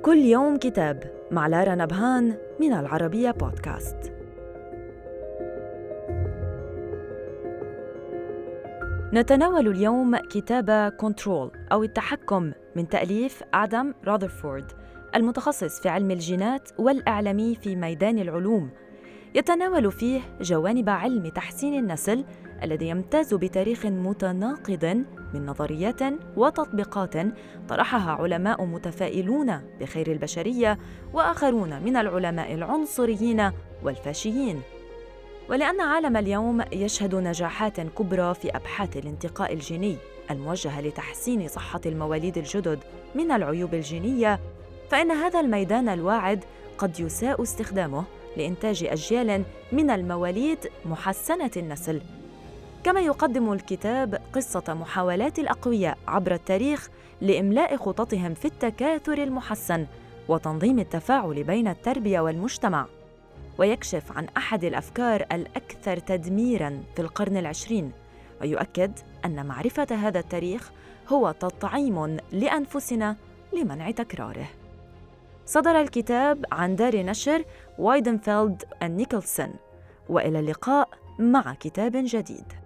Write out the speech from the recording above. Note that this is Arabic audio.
كل يوم كتاب مع لارا نبهان من العربية بودكاست. نتناول اليوم كتاب كنترول أو التحكم من تأليف آدم راذرفورد، المتخصص في علم الجينات والإعلامي في ميدان العلوم. يتناول فيه جوانب علم تحسين النسل الذي يمتاز بتاريخ متناقض من نظريات وتطبيقات طرحها علماء متفائلون بخير البشرية وآخرون من العلماء العنصريين والفاشيين. ولأن عالم اليوم يشهد نجاحات كبرى في أبحاث الانتقاء الجيني الموجهة لتحسين صحة المواليد الجدد من العيوب الجينية، فإن هذا الميدان الواعد قد يساء استخدامه لإنتاج أجيال من المواليد محسنة النسل. كما يقدم الكتاب قصة محاولات الأقوياء عبر التاريخ لإملاء خططهم في التكاثر المحسن وتنظيم التفاعل بين التربية والمجتمع، ويكشف عن أحد الأفكار الأكثر تدميراً في القرن العشرين، ويؤكد أن معرفة هذا التاريخ هو تطعيم لأنفسنا لمنع تكراره. صدر الكتاب عن دار نشر وايدنفيلد نيكلسون، وإلى اللقاء مع كتاب جديد.